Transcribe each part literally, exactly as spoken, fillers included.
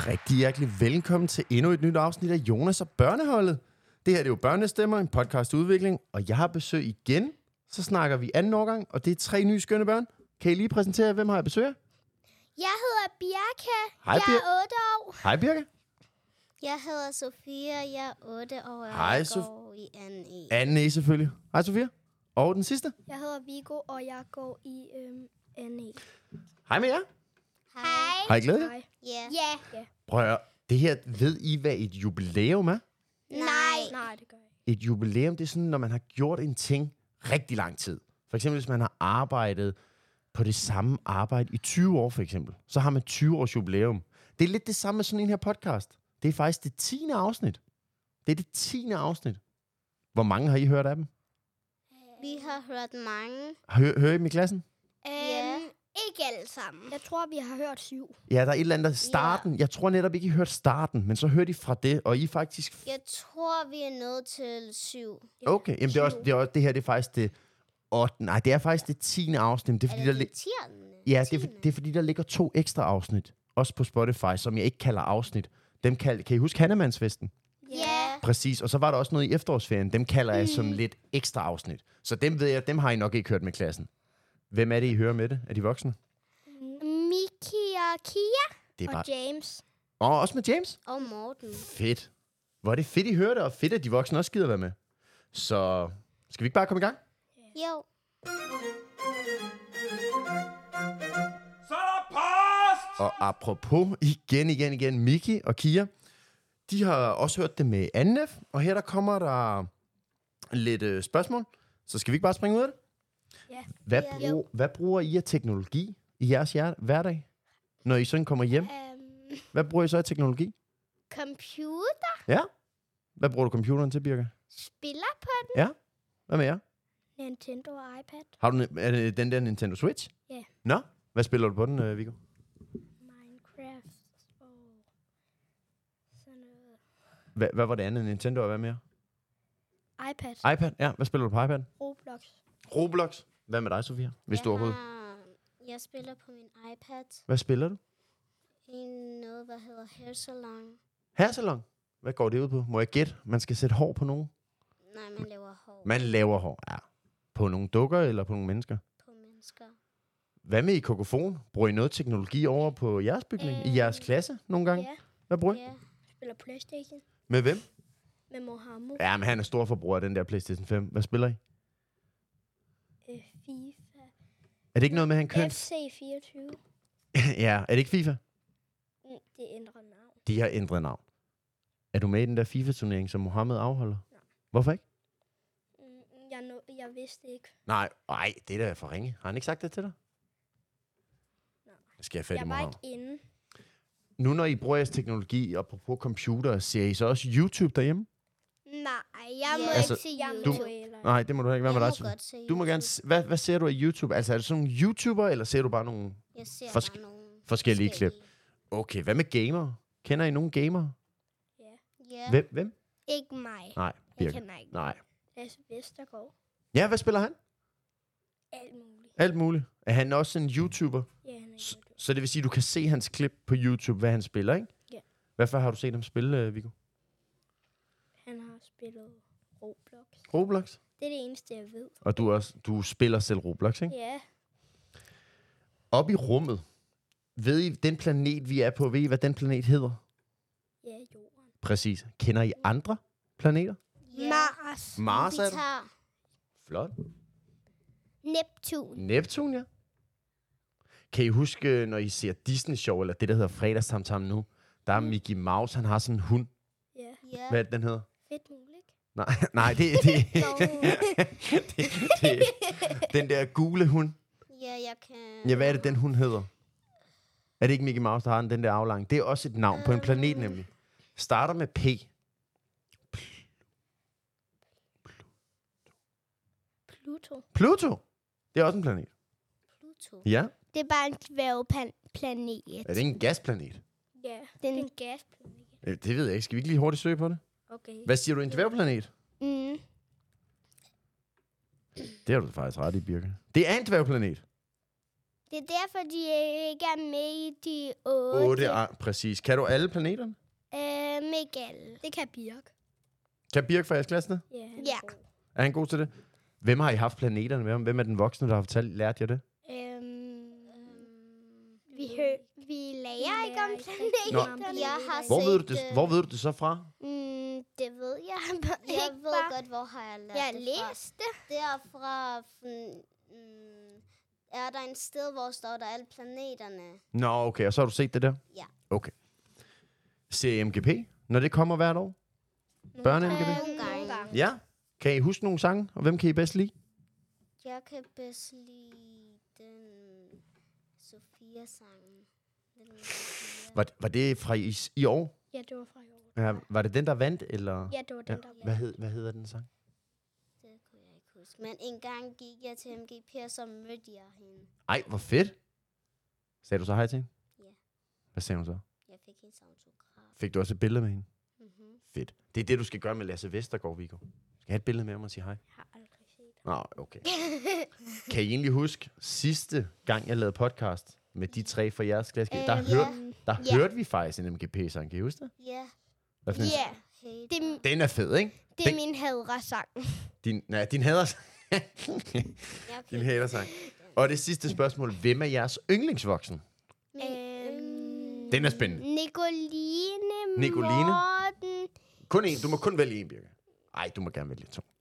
Rigtig hjertelig velkommen til endnu et nyt afsnit af Jonas og Børneholdet. Det her det er jo Børnestemmer, en podcast udvikling, og jeg har besøg igen. Så snakker vi anden årgang, og det er tre nye skønne børn. Kan I lige præsentere, hvem har jeg besøg af? Jeg hedder Birke. Hej, jeg Bir- er otte år. Hej Birke. Jeg hedder Sofia. Jeg er otte år, og Hej, jeg Sof- går i anden E. Anden E selvfølgelig. Hej Sofia. Og den sidste. Jeg hedder Viggo, og jeg går i øhm, anden E. Hej med jer. Hej. Har I glædet jer? Hej. Ja. Ja. Prøv at høre. Det her, ved I, hvad et jubilæum er? Nej. Nej, det gør jeg ikke. Et jubilæum, det er sådan, når man har gjort en ting rigtig lang tid. For eksempel, hvis man har arbejdet på det samme arbejde i tyve år, for eksempel. Så har man tyve års jubilæum. Det er lidt det samme med sådan en her podcast. Det er faktisk det tiende afsnit. Det er det tiende afsnit. Hvor mange har I hørt af dem? Vi har hørt mange. Hør, hører I dem i klassen? Ja. Ikke alle sammen. Jeg tror, vi har hørt syv. Ja, der er et eller andet, der starten. Jeg tror netop ikke, I hørte starten, men så hørte I fra det, og I faktisk... Jeg tror, vi er nået til syv. Okay, jamen det, er også, det, er også, det her det er faktisk det ottende. Nej, det er faktisk det tiende afsnit. Det er, Er fordi, der, det lig- det tiende? ja, det er, for- det er fordi, der ligger to ekstra afsnit. Også på Spotify, som jeg ikke kalder afsnit. Dem kald, kan I huske Hannemannsfesten? Ja. Præcis, og så var der også noget i efterårsferien. Dem kalder jeg som lidt ekstra afsnit. Så dem ved jeg, dem har I nok ikke hørt med klassen. Hvem er det, I hører med det? Er de voksne? Miki og Kia Det er Og bare... James. Og også med James? og Morten. Fedt. Hvor er det fedt, I hører det, og fedt, at de voksne også gider være med. Så skal vi ikke bare komme i gang? Jo. Så er der post! Og apropos igen, igen, igen, Miki og Kia, de har også hørt det med Anne F, og her der kommer der lidt øh, spørgsmål. Så skal vi ikke bare springe ud af det? Ja. Hvad, Ja. brug, hvad bruger I af teknologi i jeres hjer- hverdag? Når I sådan kommer hjem, Um, hvad bruger I så af teknologi? computer Ja? Hvad bruger du computeren til, Birke? spiller på Hvad med jer? Nintendo og iPad. Har du, er det den der Nintendo Switch? Ja. Nå, hvad spiller du på den, øh, Viggo? Minecraft og sådan noget. Hvad, hvad var det andet? Nintendo og hvad mere? iPad. iPad? Ja, hvad spiller du på iPad? Roblox. Roblox. Hvad med dig, Sofia? Hvis jeg du overhovedet... har, Jeg spiller på min iPad Hvad spiller du? i noget, der hedder Hair Salon. Hairsalon. Hvad går det ud på? Må jeg gætte? Man skal sætte hår på nogen? Nej, man laver hår Man laver hår, ja. På nogle dukker eller på nogle mennesker? på mennesker. Hvad med i Kokofon? Bruger I noget teknologi over på jeres bygning? Øh... I jeres klasse nogle gange? Ja. Hvad bruger I? Ja. Spiller PlayStation Med hvem? med Mohammed. Ja, men han er stor forbruger af den der PlayStation fem. Hvad spiller I? Øh, FIFA. Er det ikke noget med, han køn? F C fireogtyve. Ja, er det ikke FIFA? Mm, det ændrer navn. De har ændret navn. Er du med i den der FIFA-turnering, som Mohammed afholder? Nej. Hvorfor ikke? Mm, jeg, nå, jeg vidste ikke. Nej, ej, det er da for ringe. Har han ikke sagt det til dig? Nej. Skal jeg fat i Jeg var Mohammed? ikke inde. Nu når I bruger jeres teknologi, og på computer, ser I så også YouTube derhjemme? Nej, jeg må Ja. Altså, ikke se Jeg du- YouTube. eller... Nej, det må du ikke. Hvad Jeg med dig? må Sofie? godt se Du må gerne... s- Hvad, hvad ser du af YouTube? Altså, er det sådan nogle YouTuber, eller ser du bare nogle... Jeg ser Forsk- bare nogle forskellige klip. Okay, hvad med gamer? Kender I nogen gamer? Ja. Ja. Hvem? Hvem? Ikke mig. Nej, Jeg Birke. kender ikke. Nej. Lasse Vestergaard. Ja, hvad spiller han? Alt muligt. Alt muligt. Er han også en YouTuber? Ja, han er S- en Så det vil sige, at du kan se hans klip på YouTube, hvad han spiller, ikke? Ja. Hvorfor har du set ham spille, uh, Viggo? Han har spillet Roblox. Roblox? Det er det eneste, jeg ved. Og du, også, du spiller selv Roblox, ikke? Ja. Op i rummet. Ved I, den planet, vi er på, ved I, hvad den planet hedder? Ja, jorden. Præcis. Kender I andre planeter? Ja. Mars. Mars er det. Jupiter. Flot. Neptun. Neptun, ja. Kan I huske, når I ser Disney-show, eller det, der hedder Fredagstamtam nu, der er Mickey Mouse, han har sådan en hund. Ja. Ja. Hvad er det, den hedder? Fedt muligt. Nej, nej det, det, Nå. det, det, den der gule hund. Ja, jeg kan... Ja, hvad er det, den hund hedder? Er det ikke Mickey Mouse, der har den, den der aflang? Det er også et navn på en planet, nemlig. Starter med P. Pluto. Pluto. Det er også en planet. Pluto. Ja. Det er bare en dværgplanet. Er det en gasplanet? Ja. Den- Det er en gasplanet. Øh, Det ved jeg ikke. Skal vi ikke lige hurtigt søge på det? Okay. Hvad siger du, en dværgplanet? Mm. Det har du faktisk ret i, Birke. Det er en dværgplanet. Det er derfor, de ikke er med i de otte. Otte, ah, præcis. Kan du alle planeterne? Øhm, ikke alle. Det kan Birk. Kan Birk fra jeres klasse? Ja. han er Ja. god. Er han god til det? Hvem har I haft planeterne med om? Hvem er den voksne, der har fortalt, lært jer det? Øhm, Vi hø- vi lærer ikke om lærer ikke planeterne. rigtig om Jeg har Hvor ved, set du det, det. hvor ved du det så fra? Mm, det ved jeg. Jeg Ikke ved bare- godt, hvor har jeg lært Jeg det læste fra. Derfra mm, er der en sted, hvor står der alle planeterne. Nå, okay. Og så har du set det der? Ja. Okay. C M G P, når det kommer hvert år? Børne-M G P? Nogle gange. Nogle gange. Ja. Kan I huske nogle sange? Og hvem kan I bedst lide? Jeg kan bedst lide den Sofia-sangen. Den med Sofia. Var, var det fra i, i år? Ja, det var fra i år. Ja, var det den, der vandt, eller? Ja, det var den, Ja. der var. Hvad, hed, hvad hedder den sang? Det kunne jeg ikke huske. Men en gang gik jeg til M G P, og så mødte jeg hende. Ej, hvor fedt. Sagde du så hej til hende? Ja. Hvad sagde hun så? Jeg fik hendes autograf. Fik du også et billede med hende? Mm-hmm. Fedt. Det er det, du skal gøre med Lasse Vestergaard, Viggo. Du skal have et billede med ham og sige hej. Jeg har aldrig set ham. Nå, okay. Kan I egentlig huske sidste gang, jeg lavede podcast med de tre fra jeres klasse? Der, Øhm, hør, ja. der Ja. hørte vi faktisk en M G P-sang. Kan I huske det? Ja. Hvad for en? Ja, Hey, det, er- Den er fed, ikke? det er Den- min hadresang. Din, nej, din hader jeg din hadersang. Og det sidste spørgsmål. Hvem er jeres yndlingsvoksen? Øhm, Den er spændende. Nicoline, Nicoline? Morten, Kun en. Du må kun vælge en, Birke. Ej, du må gerne vælge to.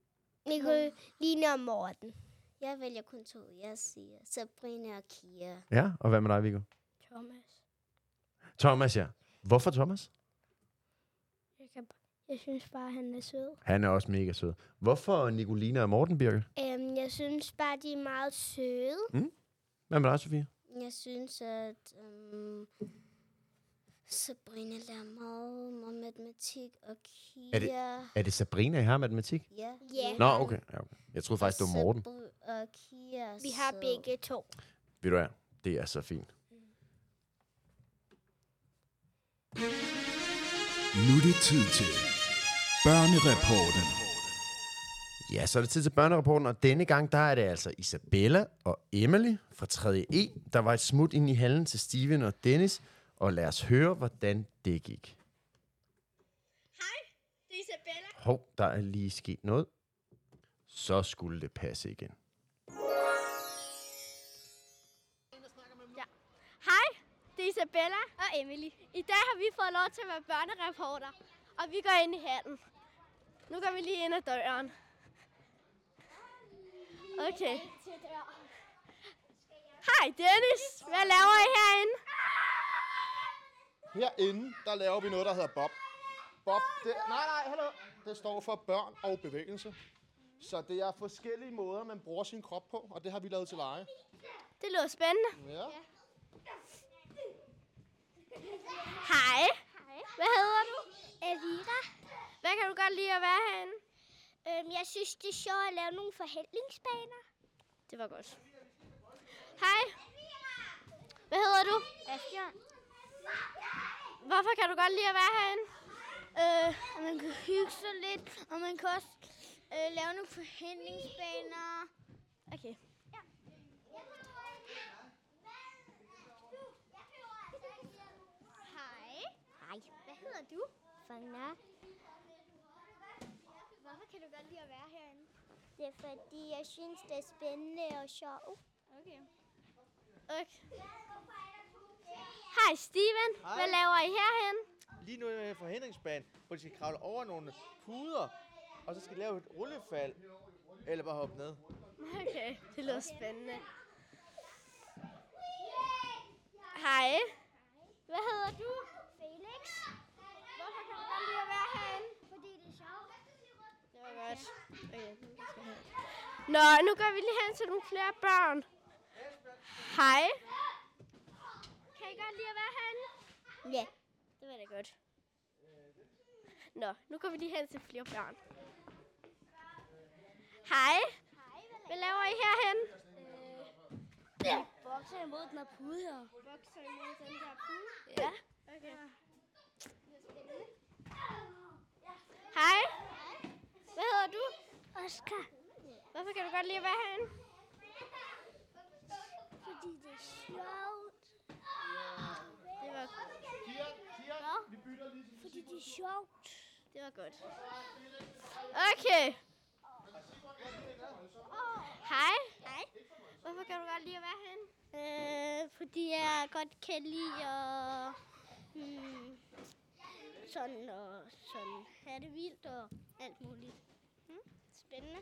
Nicoline og Morten. Jeg vælger kun to. Jeg siger Sabrina og Kia. Ja, og hvad med dig, Viggo? Thomas. Thomas, ja. Hvorfor Thomas? Jeg, kan, jeg synes bare, han er sød. Han er også mega sød. Hvorfor Nicoline og Morten, Birke? Øhm, jeg synes bare, de er meget søde. Hvad med dig, Sofie? Jeg synes, at øhm, Sabrina lærer meget om matematik, og Kia... Er det- Er det Sabrina, I har matematik? Ja. Ja. Nå, okay. Ja, okay. Jeg troede faktisk, det var Morten. Sabr- og Kia. Vi har så- begge to. Ved du hvad? Det er så fint. Nu er det tid til Børnereporten. Ja, så er det tid til børnerapporten, og denne gang, der er det altså Isabella og Emily fra tredje E. Der var et smut ind i hallen til Steven og Dennis, og lad os høre, hvordan det gik. Det er Isabella. Hov, der er lige sket noget. Så skulle det passe igen. Hej, det er Isabella og Emily. I dag har vi fået lov til at være børnereporter, og vi går ind i hallen. Nu går vi lige ind ad døren. Okay. Hej Dennis, hvad laver I herinde? Herinde, der laver vi noget, der hedder Bob. Bob, det, nej, nej, hallo. Det står for børn og bevægelse. Så det er forskellige måder, man bruger sin krop på, og det har vi lavet til leje. Det lyder spændende. Ja. Hej. Hvad hedder du? Elvira. Hvad kan du godt lide at være herinde? Øhm, jeg synes, det er sjovt at lave nogle forhindringsbaner. Det var godt. Hej. Hvad hedder du? Asbjørn. Hvorfor kan du godt lide at være herinde? Øh, man kan hygge sig lidt, og man kan også øh, lave nogle forhindringsbaner. Okay. Hej. Hej. Hvad hedder du? Fagna. Hvorfor kan du godt lide at være herinde? Det er fordi, jeg synes, det er spændende og sjovt. Okay. Okay. Hej Steven. Hej. Hvad laver I herhen? Lige nu er jeg forhindringsbane, hvor de skal kravle over nogle puder, og så skal de lave et rullefald, eller bare hoppe ned. Okay, det lyder spændende. Hej. Hvad hedder du? Felix. Hvorfor kan du godt lide at være herinde? Fordi det er sjovt. Det var godt. Okay, nu skal jeg have. Nå, nu går vi lige hen til nogle flere børn. Hej. Kan I godt lide at være herinde? Ja. Det var da godt. Nå, nu går vi lige hen til flere børn. Hej. Hvad laver I herhen? Øh, bokser imod den her pude her. Bokser imod den der pude? Ja. Okay. Hej. Hvad hedder du? Oscar. Hvorfor kan du godt lide at være herinde? Fordi det sjovt. Det var godt. Okay. Hej. Hej. Hvorfor kan du godt lide at være herinde? Øh, fordi jeg godt kan lide at hmm, sådan og sådan have det vildt og alt muligt. Hmm? Spændende.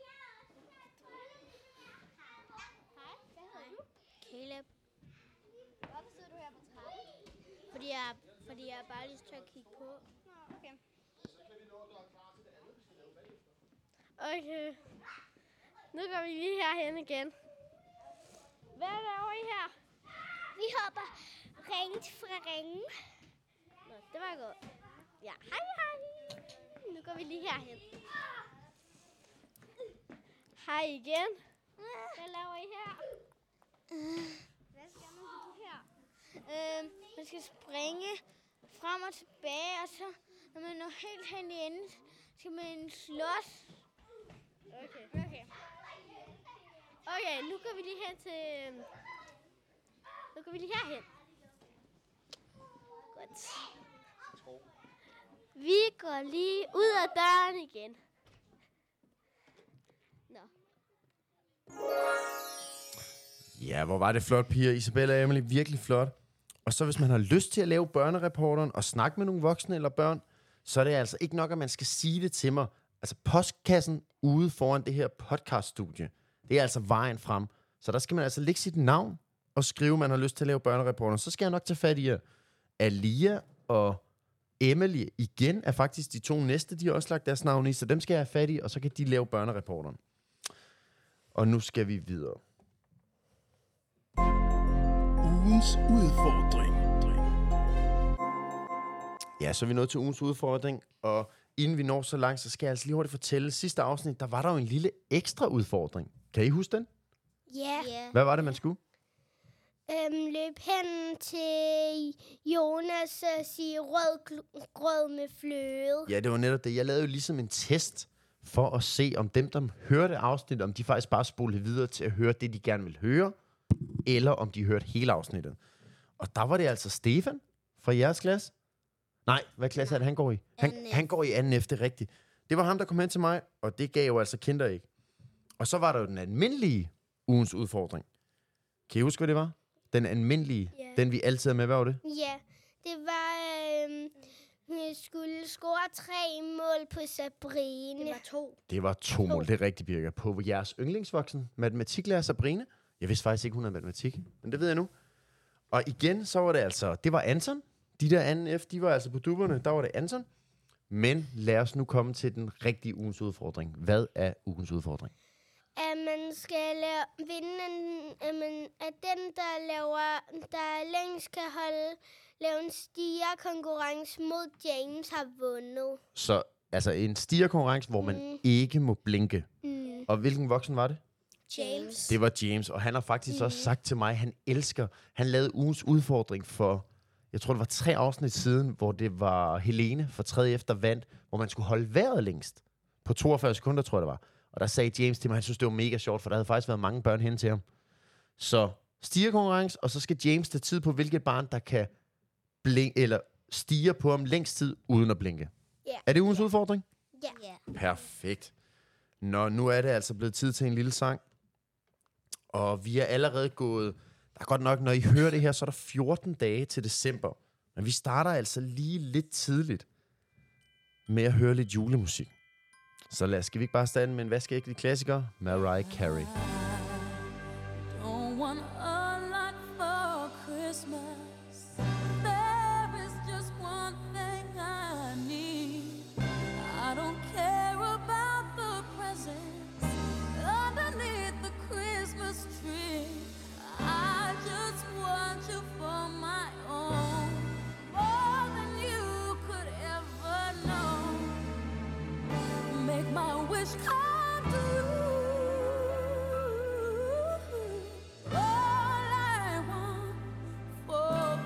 Hej, hvad hedder du? Caleb. Hvorfor sidder du her på trappen? Fordi jeg, fordi jeg bare lige skal kigge på. Nå, okay. Okay. Nu går vi lige herhen igen. Hvad laver I her? Vi hopper ringet fra ringen. Nå, det var godt. Ja, hej hej. Nu går vi lige herhen. Hej igen. Hvad laver I her? Hvad skal man her? Øh, man skal springe frem og tilbage, og så når man når helt hen i enden, skal man slås. Okay. Okay. Okay, nu går vi lige hen til... Nu går vi lige herhen. Godt. Vi går lige ud af døren igen. Nå. Ja, hvor var det flot, piger. Isabella og Emily, virkelig flot. Og så hvis man har lyst til at lave børnereporteren og snakke med nogle voksne eller børn, så er det altså ikke nok, at man skal sige det til mig. Altså postkassen ude foran det her podcaststudie, det er altså vejen frem. Så der skal man altså lægge sit navn og skrive, at man har lyst til at lave børnereporteren. Så skal jeg nok tage fat i jer. Alia og Emily igen er faktisk de to næste, de har også lagt deres navn i, så dem skal jeg have fat i, og så kan de lave børnereporteren. Og nu skal vi videre. Ugens udfordring. Ja, så er vi nået til ugens udfordring, og inden vi når så langt, så skal jeg altså lige hurtigt fortælle. Sidste afsnit, der var der jo en lille ekstra udfordring. Kan I huske den? Ja. Yeah. Hvad var det, man skulle? Øhm, løb hen til Jonas og sige rød gl- grød med fløde. Ja, det var netop det. Jeg lavede jo ligesom en test for at se, om dem, der hørte afsnittet, om de faktisk bare spolede videre til at høre det, de gerne ville høre, eller om de hørte hele afsnittet. Og der var det altså Stefan fra jeres klasse. Nej, hvad klasse er det, han går i? Han, han går i anden F, det er rigtigt. Det var ham, der kom hen til mig, og det gav jo altså Kinderæg. Og så var der jo den almindelige ugens udfordring. Kan I huske, hvad det var? Den almindelige, Ja. den vi altid er med. Hvad var det? Ja, det var, øhm, vi skulle score tre mål på Sabrine. Det var to. Det var to mål, det er rigtigt, Birger. På jeres yndlingsvoksen, matematiklærer Sabrine. Jeg vidste faktisk ikke, hun havde matematik, men det ved jeg nu. Og igen, så var det altså, det var Anton. De der anden F, de var altså på dupperne, der var det Anton. Men lad os nu komme til den rigtige ugens udfordring. Hvad er ugens udfordring? At man skal lave, vinde en, at, man, at den, der laver, der længst kan holde, lave en stigerkonkurrence mod James, har vundet. Så altså en stigerkonkurrence, hvor man Mm. ikke må blinke. Mm. Og hvilken voksen var det? James. Det var James, og han har faktisk mm. også sagt til mig, at han elsker, han lavede ugens udfordring for, jeg tror det var tre afsnit siden, hvor det var Helene fra tredje efter vandt, hvor man skulle holde vejret længst. På toogfyrre sekunder, tror jeg det var. Og der sagde James til mig, at han synes, det var mega sjovt, for der havde faktisk været mange børn hen til ham. Så stigerkonkurrence, og så skal James tage tid på, hvilket barn, der kan blink, eller stiger på ham længst tid, uden at blinke. Ja. Er det ugens udfordring? Ja. ja. Perfekt. Nå, nu er det altså blevet tid til en lille sang. Og vi er allerede gået... Der er godt nok, når I hører det her, så er der fjorten dage til december. Men vi starter altså lige lidt tidligt med at høre lidt julemusik. Så lad os, skal vi ikke bare starte med en vaskeægte klassiker? Mariah Carey. Don't want a lot for Christmas. There is just one thing I need. I don't care about the presents underneath the Christmas tree. I just want you for my own, more than you could ever know. Make my wish come true. All I want for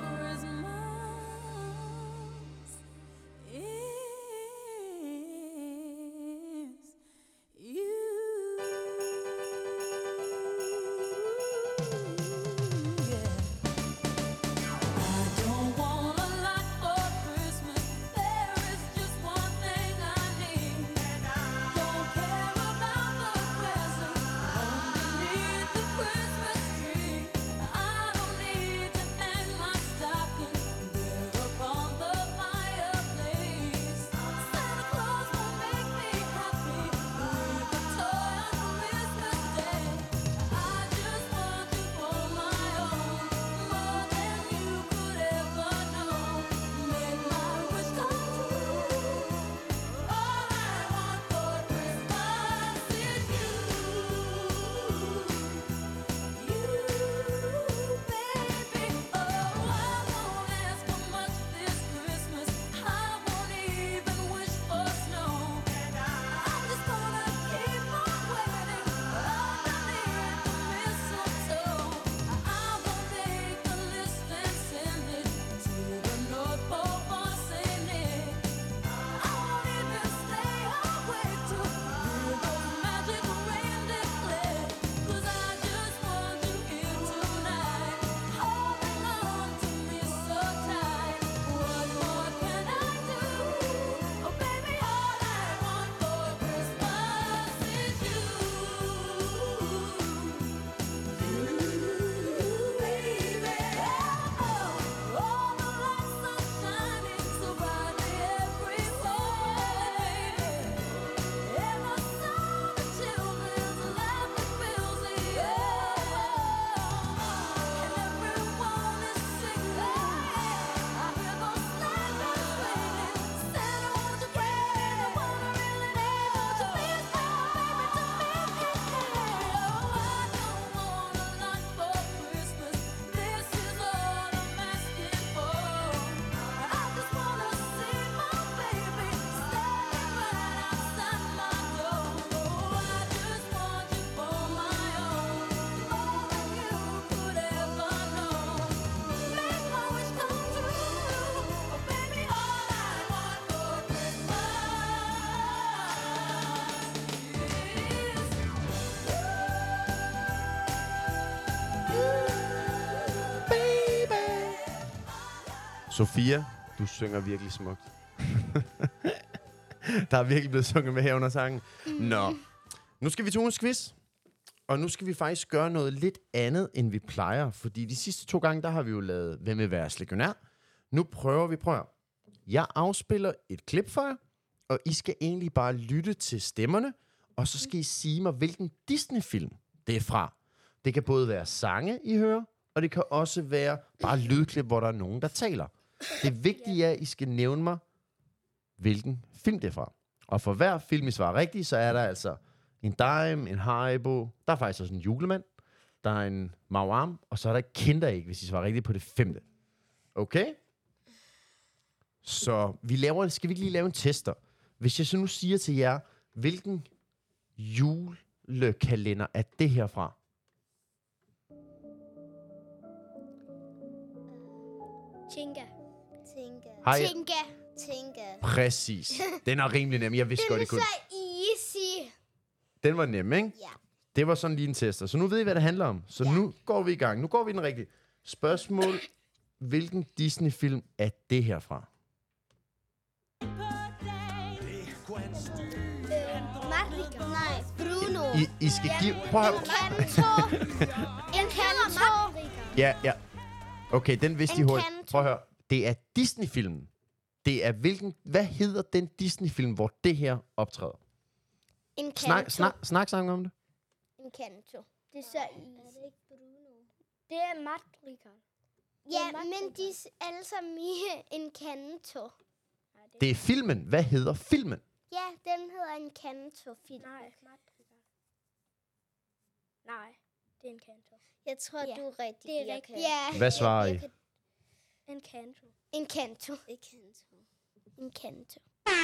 Sofia, du synger virkelig smukt. Der er virkelig blevet sunget med her under sangen. Nå, nu skal vi til ugens quiz. Og nu skal vi faktisk gøre noget lidt andet, end vi plejer. Fordi de sidste to gange, der har vi jo lavet Hvem vil være legionær? Nu prøver vi, prøver. Jeg afspiller et klip for jer, og I skal egentlig bare lytte til stemmerne, og så skal I sige mig, hvilken Disney-film det er fra. Det kan både være sange, I hører, og det kan også være bare lydklip, hvor der er nogen, der taler. Det vigtige er, at I skal nævne mig, hvilken film det er fra. Og for hver film, I svarer rigtigt, så er der altså en Dime, en Haribo, der er faktisk også en julemand, der er en Mauam, og så er der et Kinderæg, hvis I svarer rigtigt på det femte. Okay? Så vi laver, skal vi ikke lige lave en tester? Hvis jeg så nu siger til jer, hvilken julekalender er det her fra? Tinka. Tinka. Har I- Tinka. Tinka. Præcis. Den er rimelig nem. Jeg vidste godt, det kunne. så easy. Den var nem, ikke? Ja. Det var sådan lige en tester. Så nu ved I, hvad det handler om. Så Ja. nu går vi i gang. Nu går vi den rigtige. Spørgsmål. Hvilken Disney-film er det her fra? Marlika. Nej, Bruno. I, I skal give... Prøv at høre. Encanto. Encanto. Ja, ja. Okay, den vidste I hurtigt. Encanto. Prøv at høre. Det er Disney-filmen. Det er hvilken... Hvad hedder den Disney-film, hvor det her optræder? Encanto. Snak, snak, snak sammen om det. Encanto. Det er så easy. Er det ikke Bruno? Det er Marlika. Ja, men de er alle sammen i Encanto. Det er filmen. Hvad hedder filmen? Ja, den hedder Encanto-film. Nej, Marlika. Nej, det er Encanto. Jeg tror, Ja. du er rigtig. Det er jeg rigtigt. kan- Ja. Hvad svarer jeg, I? jeg kan- Encanto. Encanto. Encanto. Encanto.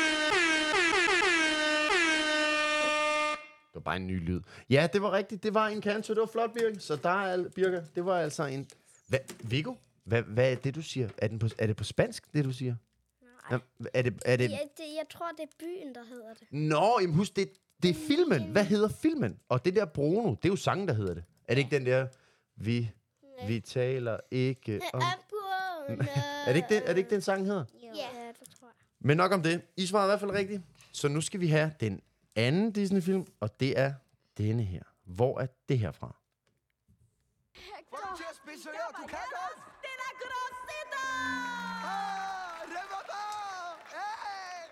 Det var bare en ny lyd. Ja, det var rigtigt. Det var en Encanto. Det var flot, Birke. Så der er al- Birke. Det var altså en... Hvad, Viggo? Hvad, hvad er det, du siger? Er, den på, er det på spansk, det du siger? Nej. Ja, er det... Er det... Ja, det, jeg tror, det er byen, der hedder det. Nå, jamen husk, det, det er filmen. Hvad hedder filmen? Og det der Bruno, det er jo sangen, der hedder det. Er det ikke den der... Vi, vi taler ikke om... Er det ikke det, er det ikke den sang hedder? Ja. Ja, det tror jeg. Men nok om det. I svarer i hvert fald rigtigt. Så nu skal vi have den anden Disney-film, og det er denne her. Hvor er det her fra? Få dem til at spidse ører, du kan godt! Det er da Grosita! Ah, Revada! Hey!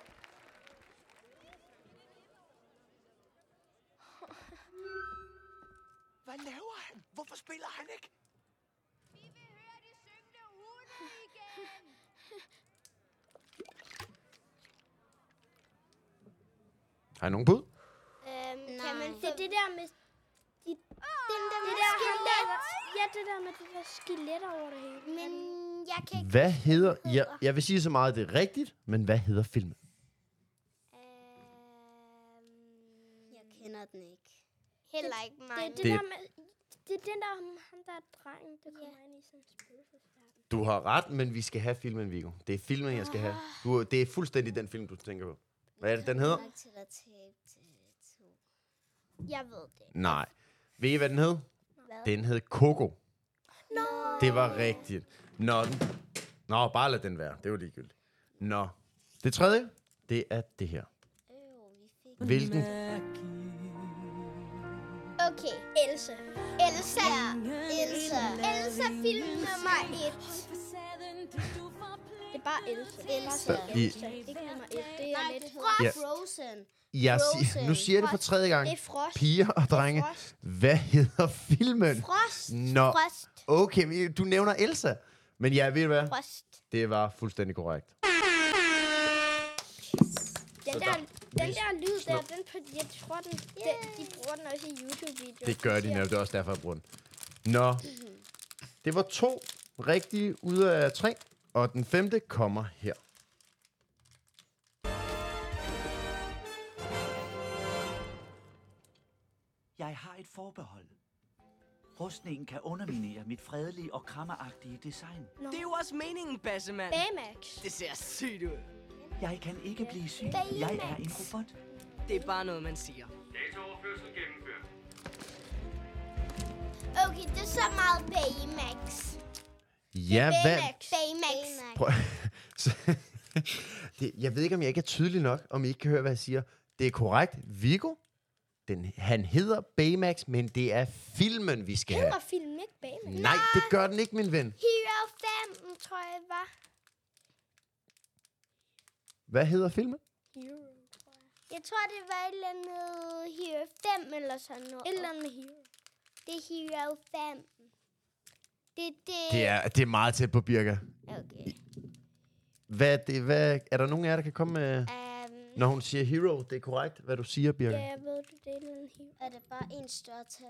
Hvad laver han? Hvorfor spiller han ikke? Vi vil høre de syngende hunde igen! Har I nogen bud? Øhm, kan Nej. man Det er det der med... De, Den der det med der, skelet. ja, det der med det der skeletter over det hele. Men jeg kan ikke... Hvad hedder... Jeg, jeg vil sige så meget, det er rigtigt, men hvad hedder filmen? Øhm, jeg kender den ikke. Heller ikke mig. Det er det, Det- det der med... Det er den der, ham der er drengen, der kommer ind i sådan en spøgelsesverden. Du har ret, men vi skal have filmen, Viggo. Det er filmen, jeg skal have. Du, det er fuldstændig den film, du tænker på. Hvad er det, den hedder? Nok til at tabe til to. Jeg ved det. Nej. Ved I, hvad den hed? Hvad? Den hed Coco. Nå. Det var rigtigt. Nå, den... Nå, bare lad den være. Det var ligegyldigt. Nå. Det tredje, det er det her. Øh, vi fik... Hvilken... Okay. Elsa. Elsa. Elsa. Elsa film nummer et. Det er bare Elsa. Elsa. I- Elsa. Ikke nummer et. Det er Nej, lidt... fra Ja. Frozen. Jeg, si- Frozen. nu siger jeg det for tredje gang. Det er Frost. Piger og drenge, Frost. hvad hedder filmen? Frost. Nå, Frost. okay, men du nævner Elsa. Men ja, ved du hvad? Frost. Det var fuldstændig korrekt. Den Så der, der- den hvis- der lyd der, Nå. den på, jeg tror, den, den, de bruger den også i YouTube-videoer. Det gør de netop. Det er også derfor, jeg bruger den. Nå, det var to rigtige ud af tre. Og den femte kommer her. Jeg har et forbehold. Rustningen kan underminere mit fredelige og krammeragtige design. Nå. Det er jo også meningen, Bassemand. Baymax. Det ser sygt ud. Jeg kan ikke blive syg. Jeg er en robot. Det er bare noget, man siger. Dataoverførsel gennemført. Okay, det er så meget Baymax. Ja, hvad? Baymax. Prøv. Så- det, jeg ved ikke, om jeg ikke er tydelig nok, om I ikke kan høre, hvad jeg siger. Det er korrekt. Viggo, den, han hedder Baymax, men det er filmen, vi skal have. Hedder film ikke Baymax? Nej, det gør den ikke, min ven. Hero fem, tror jeg, var. Hvad hedder filmen? Hero. Jeg tror, det var et eller andet Hero fem eller sådan noget. Et eller andet Hero. Det er Hero fem. Det, det... Det er, det er meget tæt på, Birka. Okay. Hvad er, det, hvad, er der nogen af jer, der kan komme med, Um, når hun siger hero? Det er korrekt, hvad du siger, Birka. Ja, ved du, det er et eller andet Hero. er det bare en større tal?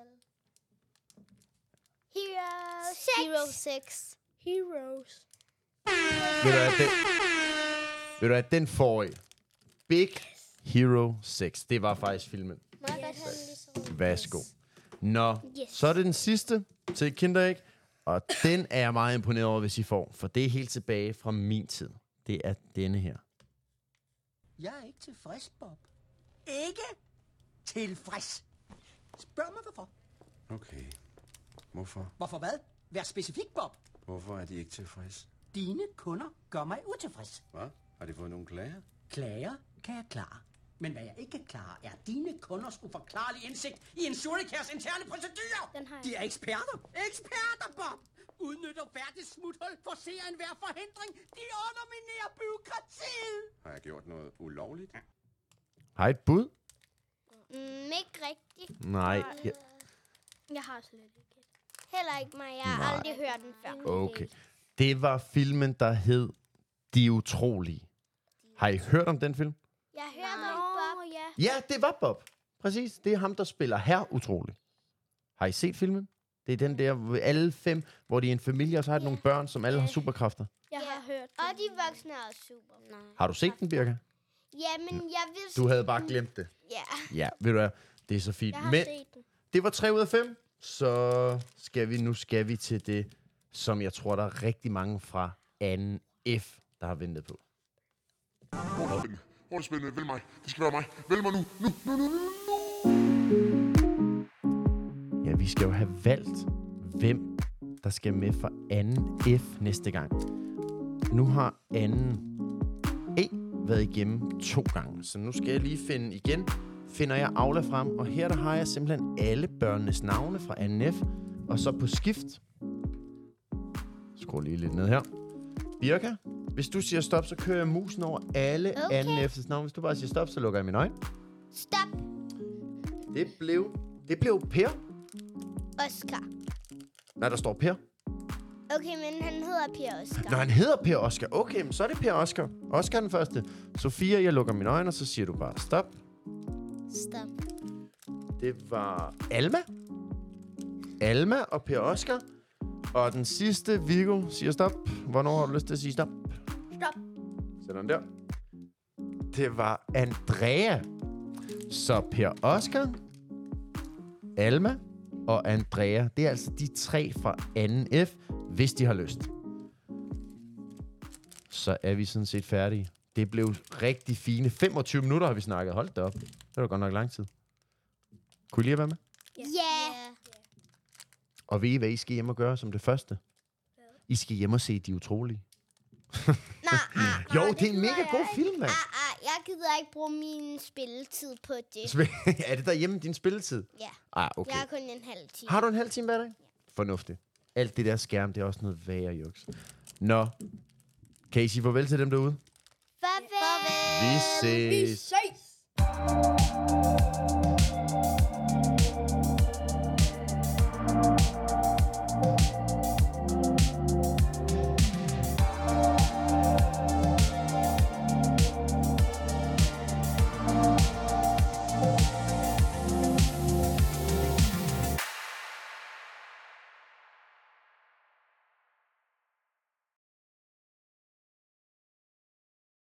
Hero seks. Hero seks. Heroes. Ved du hvad, den, ved du hvad, den får I. Big Hero seks. Det var faktisk filmen. Må jeg godt have den lige så? Værsgo. Nå, Yes. så er det den sidste til Kinderæg. Og den er jeg meget imponeret over, hvis I får. For det er helt tilbage fra min tid. Det er denne her. Jeg er ikke tilfreds, Bob. Ikke tilfreds. Spørg mig, hvorfor. Okay. Hvorfor? Hvorfor hvad? Vær specifik, Bob. Hvorfor er de ikke tilfredse? Dine kunder gør mig utilfreds. Hvad? Har de fået nogle klager? Klager kan jeg klare. Men hvad jeg ikke klarer, er dine kunders uforklarlige indsigt i en Sonicars interne procedurer. Den har jeg. De er eksperter. Eksperter, Bob! Udnytter hvert smuthul, forser enhver forhindring. De underminerer byråkratiet. Har jeg gjort noget ulovligt? Har I et bud? Mm, ikke rigtigt. Nej. Ja. Jeg har slet ikke. Heller ikke mig. Jeg har Nej. aldrig hørt den før. Okay. Det var filmen, der hed De Utrolige. Har I hørt om den film? Jeg har hørt om Bob. Ja. Ja, det var Bob. Præcis. Det er ham, der spiller Herr Utrolig. Har I set filmen? Det er den der, hvor alle fem, hvor de er en familie, og så har de nogle børn, som alle har superkræfter. Jeg har hørt Og de voksne er også super. Nej. Har du set den, Birka? Ja, men jeg vidste... Du havde bare glemt det. Ja. Ja, ved du hvad? Det er så fint. Jeg har Men set den. det var tre ud af fem. Så skal vi nu skal vi til det, som jeg tror, der er rigtig mange fra anden F, der har ventet på. Hvor er det spændende? Vælg mig. Det skal være mig. Vælg mig nu. Nu, nu, nu, nu, nu. Ja, vi skal jo have valgt, hvem der skal med for anden F næste gang. Nu har anden E været igennem to gange, så nu skal jeg lige finde igen. Finder jeg Aula frem, og her der har jeg simpelthen alle børnenes navne fra anden F, og så på skift. Skru lige lidt ned her. Birka, hvis du siger stop, så kører jeg musen over alle Okay. anden F's navne. Hvis du bare siger stop, så lukker jeg mine øjne. Stop. Det blev, det blev Per. Oscar. Nej, der står Per. Okay, men han hedder Per Oscar. Når han hedder Per Oscar. Okay, men så er det Per Oscar. Oscar den første. Sofia, jeg lukker mine øjne, og så siger du bare stop. Stop. Det var Alma. Alma og Per Oscar. Og den sidste, Viggo, siger stop. Hvornår har du lyst til at sige stop? Stop. Sådan der. Det var Andrea. Så Per Oscar, Alma og Andrea. Det er altså de tre fra anden F, hvis de har lyst. Så er vi sådan set færdige. Det blev rigtig fine. femogtyve minutter har vi snakket. Hold da op. Det var godt nok lang tid. Kunne I lige være med? Ja. Yeah. Og ved I, hvad I skal hjem og gøre som det første? I skal hjem og se De Utrolige. Nej, ah, Jo, ah, det er en gider mega jeg god ikke. film, mand. Ah, ah, jeg gider ikke bruge min spilletid på det. Er det derhjemme din spilletid? Ja. Ah, okay. Jeg har kun en halv time. Har du en halv time hver dag? Fornuftigt. Alt det der skærm, det er også noget værre juks. Nå. Kan I sige farvel til dem derude? Farvel. Vi ses. Vi ses.